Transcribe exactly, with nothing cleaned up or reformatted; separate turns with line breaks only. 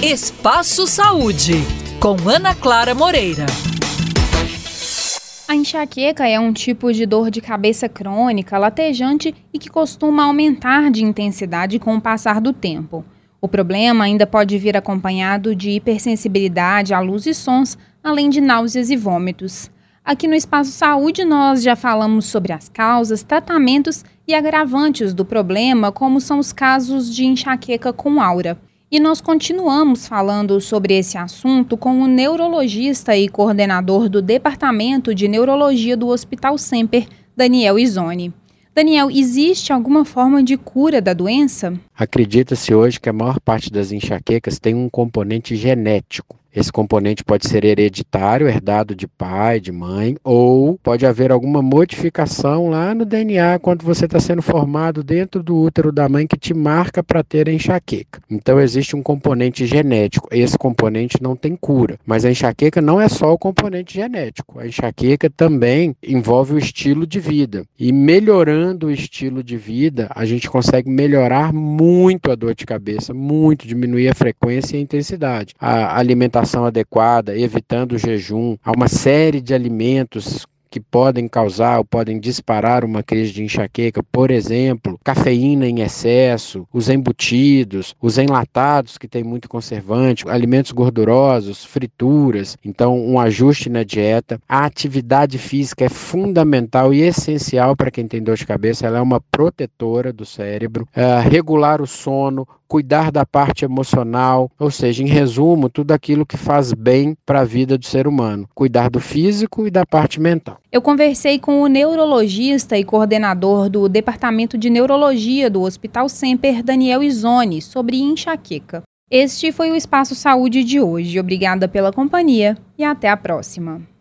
Espaço Saúde, com Ana Clara Moreira.
A enxaqueca é um tipo de dor de cabeça crônica, latejante e que costuma aumentar de intensidade com o passar do tempo. O problema ainda pode vir acompanhado de hipersensibilidade à luz e sons, além de náuseas e vômitos. Aqui no Espaço Saúde nós já falamos sobre as causas, tratamentos e agravantes do problema, como são os casos de enxaqueca com aura. E nós continuamos falando sobre esse assunto com o neurologista e coordenador do Departamento de Neurologia do Hospital Semper, Daniel Izzoni. Daniel, existe alguma forma de cura da doença?
Acredita-se hoje que a maior parte das enxaquecas tem um componente genético. Esse componente pode ser hereditário, herdado de pai, de mãe, ou pode haver alguma modificação lá no D N A quando você está sendo formado dentro do útero da mãe que te marca para ter a enxaqueca. Então existe um componente genético. Esse componente não tem cura, mas a enxaqueca não é só o componente genético. A enxaqueca também envolve o estilo de vida. E melhorando o estilo de vida, a gente consegue melhorar muito a dor de cabeça, muito, diminuir a frequência e a intensidade. A alimentação adequada, evitando o jejum, há uma série de alimentos que podem causar ou podem disparar uma crise de enxaqueca, por exemplo, cafeína em excesso, os embutidos, os enlatados que têm muito conservante, alimentos gordurosos, frituras, então um ajuste na dieta. A atividade física é fundamental e essencial para quem tem dor de cabeça, ela é uma protetora do cérebro, uh, regular o sono, cuidar da parte emocional, ou seja, em resumo, tudo aquilo que faz bem para a vida do ser humano. Cuidar do físico e da parte mental.
Eu conversei com o neurologista e coordenador do Departamento de Neurologia do Hospital Semper, Daniel Izzoni, sobre enxaqueca. Este foi o Espaço Saúde de hoje. Obrigada pela companhia e até a próxima.